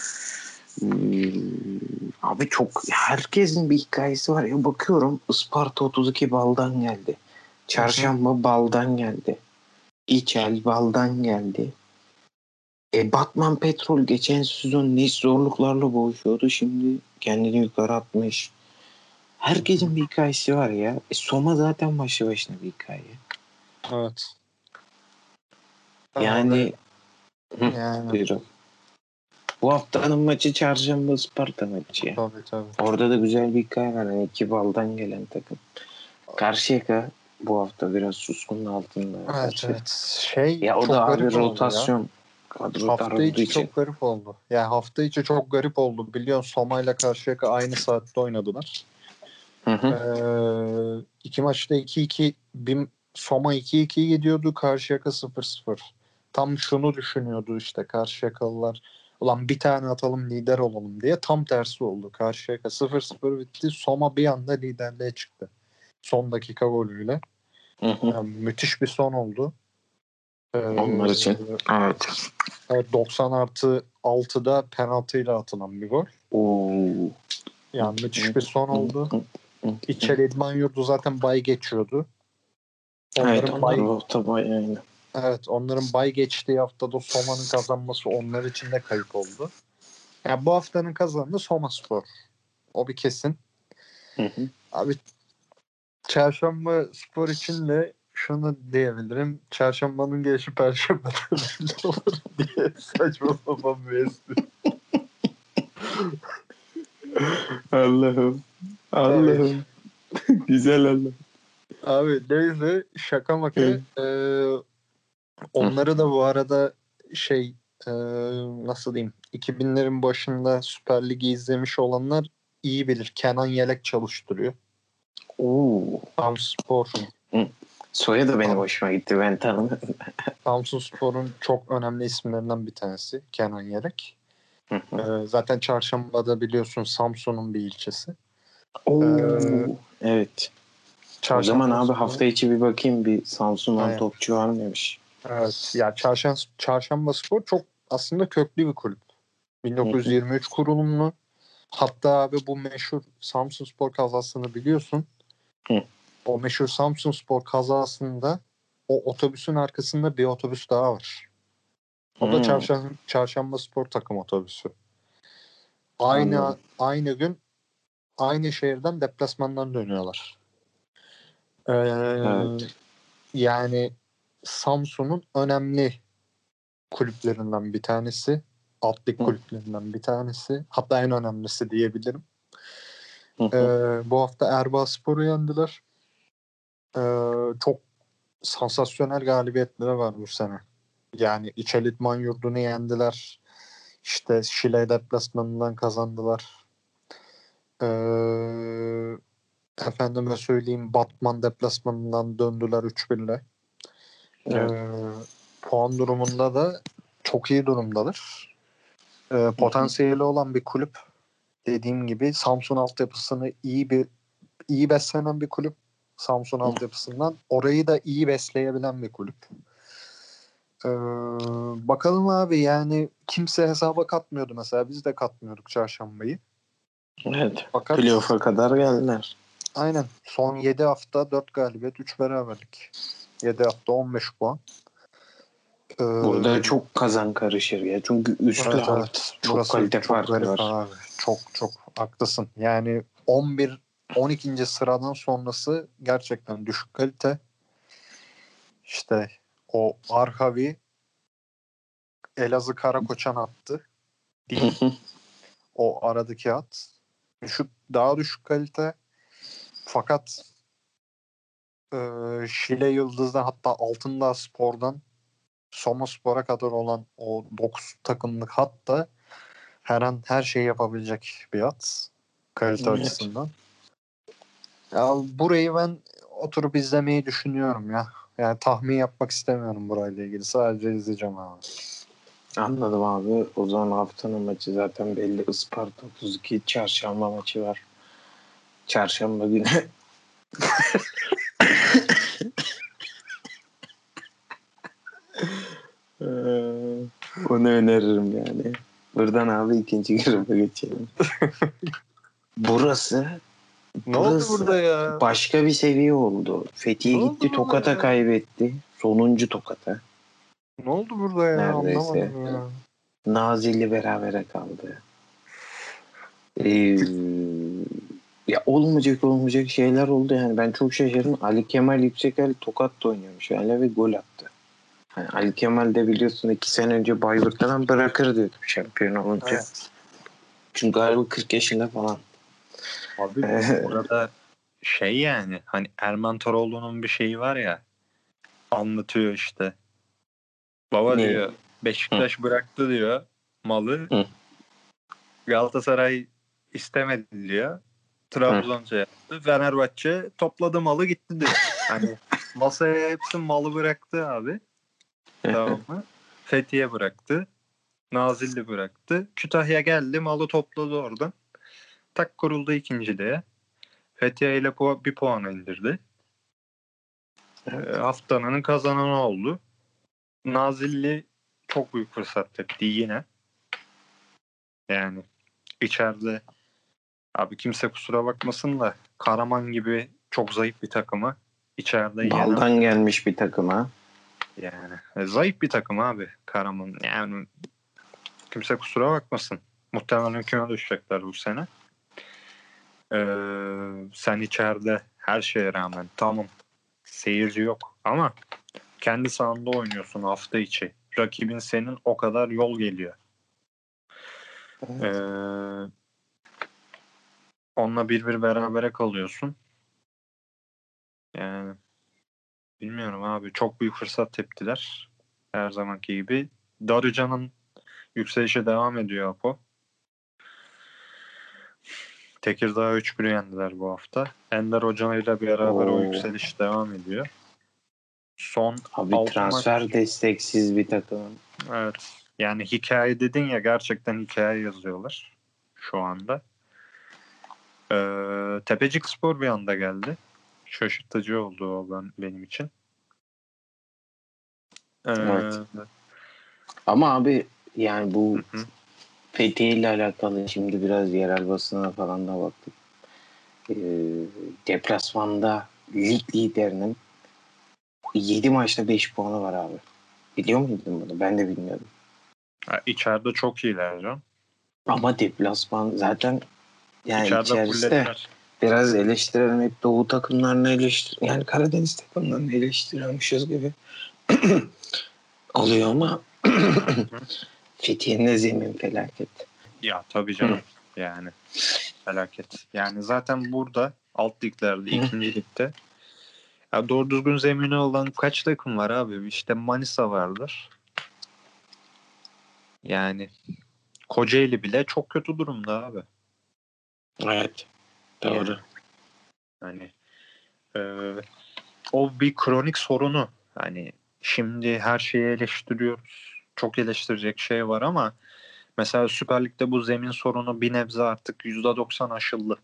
Abi çok herkesin bir hikayesi var ya, bakıyorum Isparta 32 baldan geldi. Çarşamba baldan geldi. İçel baldan geldi. Batman Petrol geçen sezon ne zorluklarla boğuşuyordu. Şimdi kendini yukarı atmış. Herkesin bir hikayesi var ya. Soma zaten başlı başına bir hikaye. Evet. Yani Yani buyurun. Bu haftanın maçı Çarşamba Isparta maçı ya. tabii. Orada da güzel bir hikaye var. Yani 2 baldan gelen takım. Karşıyaka bu hafta biraz suskunun altında. Evet. Ya o Çok da abi garip oldu ya. rotasyon kadro dar Hafta olduğu içi için. çok garip oldu. Yani hafta içi çok garip oldu. Biliyorsun Soma ile Karşıyaka aynı saatte oynadılar. Hı hı. İki maçta 2-2. Soma 2-2 gidiyordu. Karşıyaka 0-0. Tam şunu düşünüyordu işte Karşıyakalılar. Ulan bir tane atalım lider olalım diye. Tam tersi oldu. Karşıyaka 0-0 bitti. Soma bir anda liderliğe çıktı. Son dakika golüyle. Hı hı. Yani müthiş bir son oldu. Onlar için. Evet. Evet, 90+6'da penaltıyla atılan bir gol. Oo. Yani müthiş bir son oldu. İçeri İdman Yurdu zaten bay geçiyordu. Evet, Onların onlar bay bu hafta bayağı. evet onların bay geçtiği haftada Soma'nın kazanması onlar için de kayıp oldu. Yani bu haftanın kazananı Somaspor. O bir kesin. Hı hı. Abi Çarşamba Spor için de şunu diyebilirim. Çarşambanın gelişi Perşembe'den belli olur diye saçma sapan bir espri. Allah'ım. Ay. Allah'ım. Güzel Allah. Abi neyse şaka maka Hı. onları da bu arada şey e, nasıl diyeyim 2000'lerin başında Süper Lig'i izlemiş olanlar iyi bilir. Kenan Yelek çalıştırıyor. Oo. Samspor. Hı. Soyadı benim Sam, hoşuma gitti. Ben tanımadım. Samsunspor'un çok önemli isimlerinden bir tanesi Kenan Yelek. Hı hı. Zaten Çarşamba'da biliyorsun Samsun'un bir ilçesi. E, Oo. Evet. O zaman Çarşamba abi hafta Spor. içi bir bakayım, bir Samsun'dan Aynen. topçu var mıymış? Evet. Ya Çarşamba Spor çok aslında köklü bir kulüp. Hı hı. 1923 kurulumlu. Hatta abi bu meşhur Samsunspor kazasını biliyorsun. Hı. O meşhur Samsunspor kazasında o otobüsün arkasında bir otobüs daha var. O da Hı. Çarşamba Spor takım otobüsü. Anladım. Aynı gün aynı şehirden deplasmandan dönüyorlar. Ee, Evet. yani Samsun'un önemli kulüplerinden bir tanesi. Alt lig Hı. kulüplerinden bir tanesi. Hatta en önemlisi diyebilirim. Hı hı. Bu hafta Erbaa yendiler. Çok sansasyonel galibiyetleri var bu sene. Yani İçel İdman Yurdu'nu yendiler. İşte Şile deplasmanından kazandılar. Efendime söyleyeyim Batman deplasmanından döndüler 3-1'le. Evet. Puan durumunda da çok iyi durumdadır. Potansiyeli olan bir kulüp. Dediğim gibi Samsun altyapısını iyi beslenen bir kulüp. Samsun altyapısından. Orayı da iyi besleyebilen bir kulüp. Ee, Bakalım abi yani kimse hesaba katmıyordu mesela. Biz de katmıyorduk çarşambayı. Evet. Fakat Playoff'a kadar geldiler. aynen son 7 hafta 4 galibiyet 3 beraberlik. 7 hafta 15 puan. Burada çok kazan karışır ya. Çünkü üstle Evet, alt evet. çok Burası kalite çok farkı garip var. abi. Çok çok haklısın. Yani 12. sıradan sonrası gerçekten düşük kalite. İşte o Arhavi Elazığ Karakoçan attı. Değil. O aradaki at. Şu daha düşük kalite. Fakat Şile Yıldız'dan hatta Altındağ Spor'dan Somaspor'a kadar olan o 9 takımlık hat da her an her şeyi yapabilecek bir at. Kalite Evet. açısından. Ya burayı ben oturup izlemeyi düşünüyorum ya. Yani tahmin yapmak istemiyorum burayla ilgili. Sadece izleyeceğim abi. Anladım abi. O zaman haftanın maçı zaten belli. Isparta 32 çarşamba maçı var. Çarşamba günü onu öneririm yani. Buradan abi ikinci gruba geçelim. Burası Ne oldu burada ya? başka bir seviye oldu. Fethiye Ne oldu gitti burada Tokat'a ya? kaybetti. Sonuncu Tokat'a Ne oldu burada ya? neredeyse. Anlamadım ya. Nazilli berabere kaldı. Ee, ya olmayacak şeyler oldu yani. Ben çok şaşırdım. Ali Kemal Yüksekel Tokat'ta oynuyormuş hala ve gol attı. Hani Ali Kemal de biliyorsun 2 sene önce Bayburt'tan bırakır diyordum şampiyon olunca. Evet. Çünkü galiba 40 yaşında falan. Abi bu arada şey yani hani Erman Toroğlu'nun bir şeyi var ya anlatıyor işte. Baba Ne? diyor Beşiktaş bıraktı diyor malı. Hı. Galatasaray istemedi diyor. Hı. Trabzon'ca yaptı. Fenerbahçe topladı malı gitti diyor. Hani masaya hepsi malı bıraktı abi. Tamam mı? Fethiye bıraktı. Nazilli bıraktı. Kütahya geldi malı topladı oradan. Tak kuruldu ikinciliğe. Fethiye ile bir puan indirdi. Haftanın kazananı oldu. Nazilli çok büyük fırsat tepti yine. Yani içeride abi kimse kusura bakmasın da Karaman gibi çok zayıf bir takımı içeride yenen Baldan gelmiş bir takıma. yani zayıf bir takım abi Karaman. Yani kimse kusura bakmasın. Muhtemelen küme düşecekler bu sene. Sen içeride her şeye rağmen tamam seyirci yok ama kendi sahanda oynuyorsun hafta içi. Rakibin senin o kadar yol geliyor. Evet. Onunla bir berabere kalıyorsun. Yani bilmiyorum abi. Çok büyük fırsat teptiler. Her zamanki gibi. Darıcan'ın yükselişe devam ediyor Apo. Tekirdağ 3-1 yendiler bu hafta. Ender Hoca ile beraber o Oo. yükseliş devam ediyor. Son Abi 6 maç. transfer desteksiz bir takım. Evet. Yani hikaye dedin ya gerçekten hikaye yazıyorlar şu anda. Tepecikspor bir anda geldi. Şaşırtıcı oldu o benim için. Evet. Hı Ama abi yani bu hı. Fethiye ile alakalı şimdi biraz yerel basına falan da baktık. Ee, deplasmanda lig liderinin 7 maçta 5 puanı var abi. Biliyor muydun bunu? Ben de bilmiyordum. İçeride çok iyiler canım. Ama deplasman zaten yani İçeride içerisi de fullediler. biraz eleştirelim. Hep Doğu takımlarını yani Karadeniz takımlarını eleştiriyormuşuz gibi oluyor ama Hı. Fethiye'nin de zemin felaket. Ya tabii canım. Yani felaket. Yani zaten burada alt liglerde, ikinci ligde ya doğru düzgün zemini olan kaç takım var abi? İşte Manisa vardır. Yani Kocaeli bile çok kötü durumda abi. Evet. Doğru. Yani, hani o bir kronik sorunu. Hani şimdi her şeyi eleştiriyoruz. Çok eleştirecek şey var ama mesela Süper Lig'de bu zemin sorunu bir nebze artık %90 aşıldı.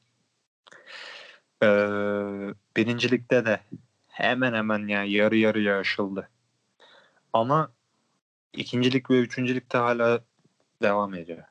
Birinci Lig'de de hemen hemen yani yarı yarıya aşıldı. Ama ikinci lig ve üçüncü ligde hala devam ediyor.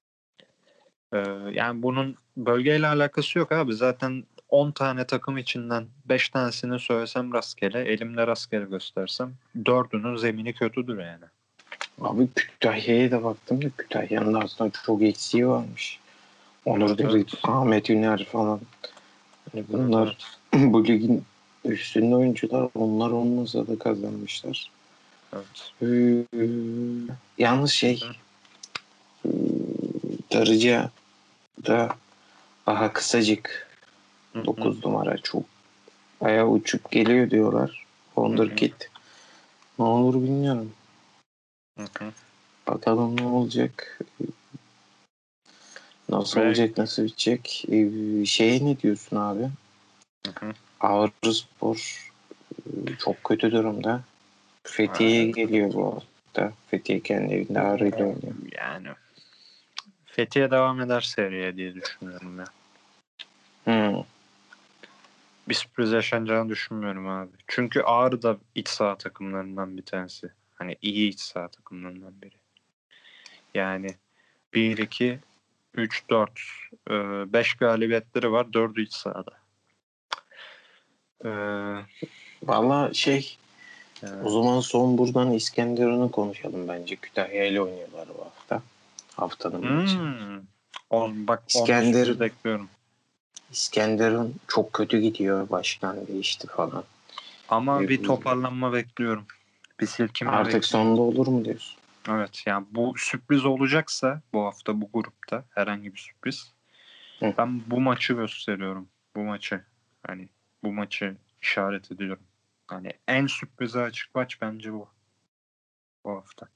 Yani bunun bölgeyle alakası yok abi. Zaten 10 tane takım içinden 5 tanesini söylesem rastgele, elimle rastgele göstersem 4'ünün zemini kötüdür yani. Abi Kütahya'ya da baktım da Kütahya'nın da aslında çok eksiği varmış. Onur Evet, Derik, evet. Ahmet Üner falan. Hani bunlar Evet, bu ligin üstünde oyuncular. Onlar olmasa da kazanmışlar. evet. Yalnız Hı e, Darıca da daha kısacık hı. 9 numara çok ayağı uçup geliyor diyorlar. Hı hı. Wonderkid. Ne olur bilmiyorum. Hı hı. Bakalım ne olacak. Nasıl Ve olacak, nasıl bitecek? Şeye ne diyorsun abi? hı hı. Ağrıspor çok kötü durumda. Fethiye'ye geliyor bu hafta. Fethiye kendi evinde Ağrı'yla oynuyor. Yani Fethiye devam eder seriye diye düşünüyorum ya. Hmm. Bir sürpriz yaşanacağını düşünmüyorum abi. Çünkü Ağrı da iç saha takımlarından bir tanesi. Hani iyi iç saha takımlarından biri. Yani 1, 2, 3, 4, 5 galibiyetleri var. 4'ü iç sahada. Ee, Valla o yani, zaman son buradan İskenderun'u konuşalım bence. Kütahya ile oynuyorlar bu hafta. Haftanın maçı. hmm, bak onu sürpriz İskenderun, bekliyorum. İskenderun çok kötü gidiyor. Başkan değişti falan. Ama Ee, bir toparlanma bekliyorum. Bir silkinme Artık bekliyorum. sonunda olur mu diyorsun? Evet yani bu sürpriz olacaksa bu hafta bu grupta herhangi bir sürpriz. Hı. Ben bu maçı gösteriyorum. Bu maçı. Hani bu maçı işaret ediyorum. Hani en sürprize açık maç bence bu hafta.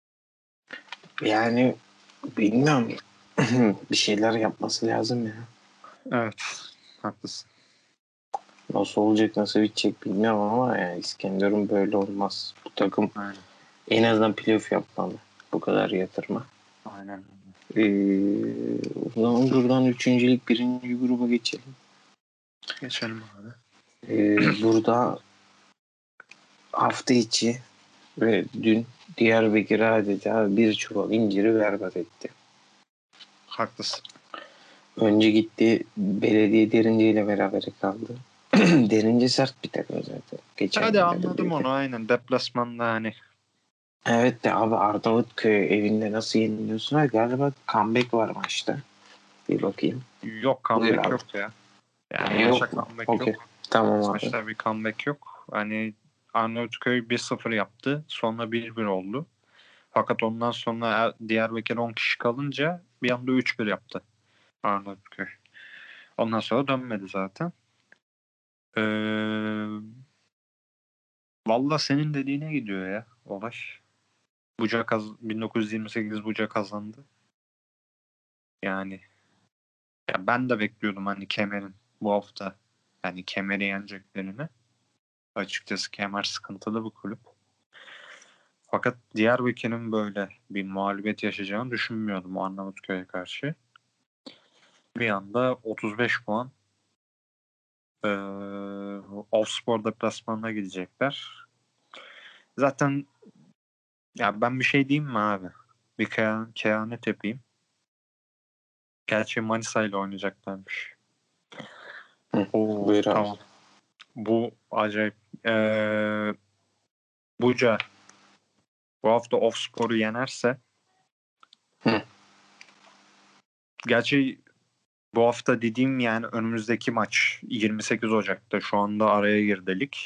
Yani bilmiyorum. Bir şeyler yapması lazım ya. Evet. Haklısın. Nasıl olacak, nasıl bitecek bilmiyorum ama yani İskenderun böyle olmaz. Bu takım Aynen. en azından playoff yapmalı. Bu kadar yatırma. Aynen. O zaman buradan üçüncülük birinci gruba geçelim. Geçelim abi. Burada hafta içi ve dün Diyarbakır adeta bir çuval inciri berbat etti. Haklısın. Önce gitti Belediye Derince ile beraber kaldı. Derince sert bir takım zaten. Geçen Hadi yılların anladım büyük. onu aynen. Deplasmanda hani. Evet de abi Arnavutköy evinde nasıl yeniliyorsun? Ha, galiba comeback var maçta. Bir bakayım. Yok Buyur comeback abi. yok ya. Yani Yani maça yok mu? comeback Okey. yok. Tamam abi. Maçta bir comeback yok. Hani Arnavutköy 1-0 yaptı. Sonra 1-1 oldu. Fakat ondan sonra Diyarbakır 10 kişi kalınca bir anda 3-1 yaptı Arnavutköy. Ondan sonra dönmedi zaten. Ee, Valla senin dediğine gidiyor ya olay. 1928 Buca kazandı. Yani ya ben de bekliyordum hani Kemer'in bu hafta yani Kemer'i yeneceklerini. Açıkçası Kemer sıkıntılı bir kulüp. Fakat Diyarbakır'ın böyle bir mağlubiyet yaşayacağını düşünmüyordum Arnavutköy'e karşı. Bir anda 35 puan Offspor deplasmanına gidecekler. Zaten ya ben bir şey diyeyim mi abi? Bir kehanet yapayım. Gerçi Manisa ile oynayacaklarmış. Hı. Oo Buyur abi. tamam. Bu acayip. Buca bu hafta Offspor'u yenerse Hı. gerçi bu hafta dediğim yani önümüzdeki maç 28 Ocak'ta şu anda araya girdi lig.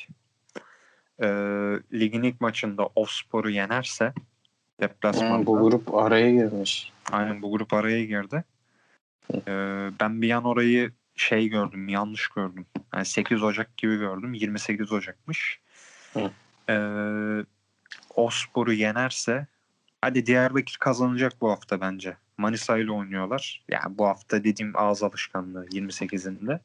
Ligin ilk maçında Offspor'u yenerse Bu deplasmanda grup araya girmiş. aynen bu grup araya girdi. Ben bir an orayı şey gördüm, yanlış gördüm. Yani 8 Ocak gibi gördüm. 28 Ocak'mış. Hı. O sporu yenerse hadi Diyarbakır kazanacak bu hafta bence. Manisa ile oynuyorlar. Yani bu hafta dediğim ağız alışkanlığı 28'inde.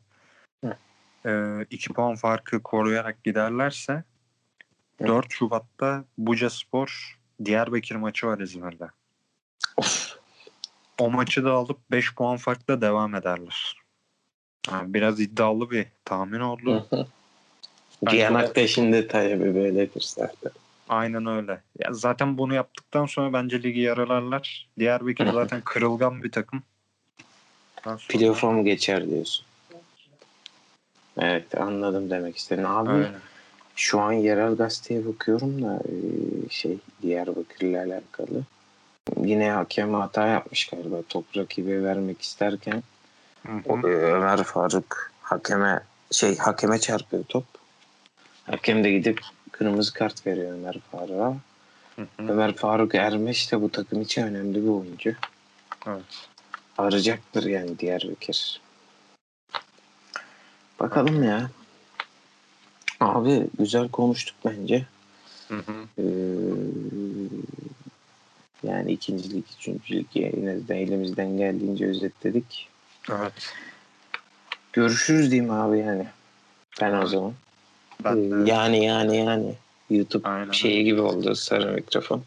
2 puan farkı koruyarak giderlerse 4 Şubat'ta Bucaspor Diyarbakır maçı var İzmir'de. Of. O maçı da alıp 5 puan farkla devam ederler. Yani biraz iddialı bir tahmin oldu. Cihanak da şimdi tabii böyledir zaten. Aynen öyle. Ya zaten bunu yaptıktan sonra bence ligi yaralarlar. Diyarbakır zaten kırılgan bir takım. Playoff'a mı geçer diyorsun? Evet, anladım demek istediğini. Abi Öyle. şu an yerel gazeteye bakıyorum da Diyarbakır'la alakalı. Yine hakem hata yapmış galiba. Top rakibe vermek isterken Ömer Faruk hakeme çarpıyor top. Hakem de gidip kırmızı kart veriyor Ömer Faruk'a. Ömer Faruk Ermeş de bu takım için önemli bir oyuncu. Evet. Arayacaktır yani Diyarbakır. Bakalım ya. Abi güzel konuştuk bence. Yani ikincilik, üçüncülük yine de elimizden geldiğince özetledik. Evet. Görüşürüz diyeyim abi yani. Ben o zaman. Ben de. Yani. YouTube Aynen. şeyi gibi oldu sarı mikrofon.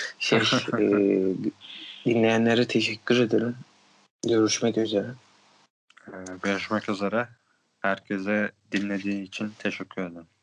Dinleyenlere teşekkür ederim. Görüşmek üzere. Görüşmek üzere. Herkese dinlediği için teşekkür ederim.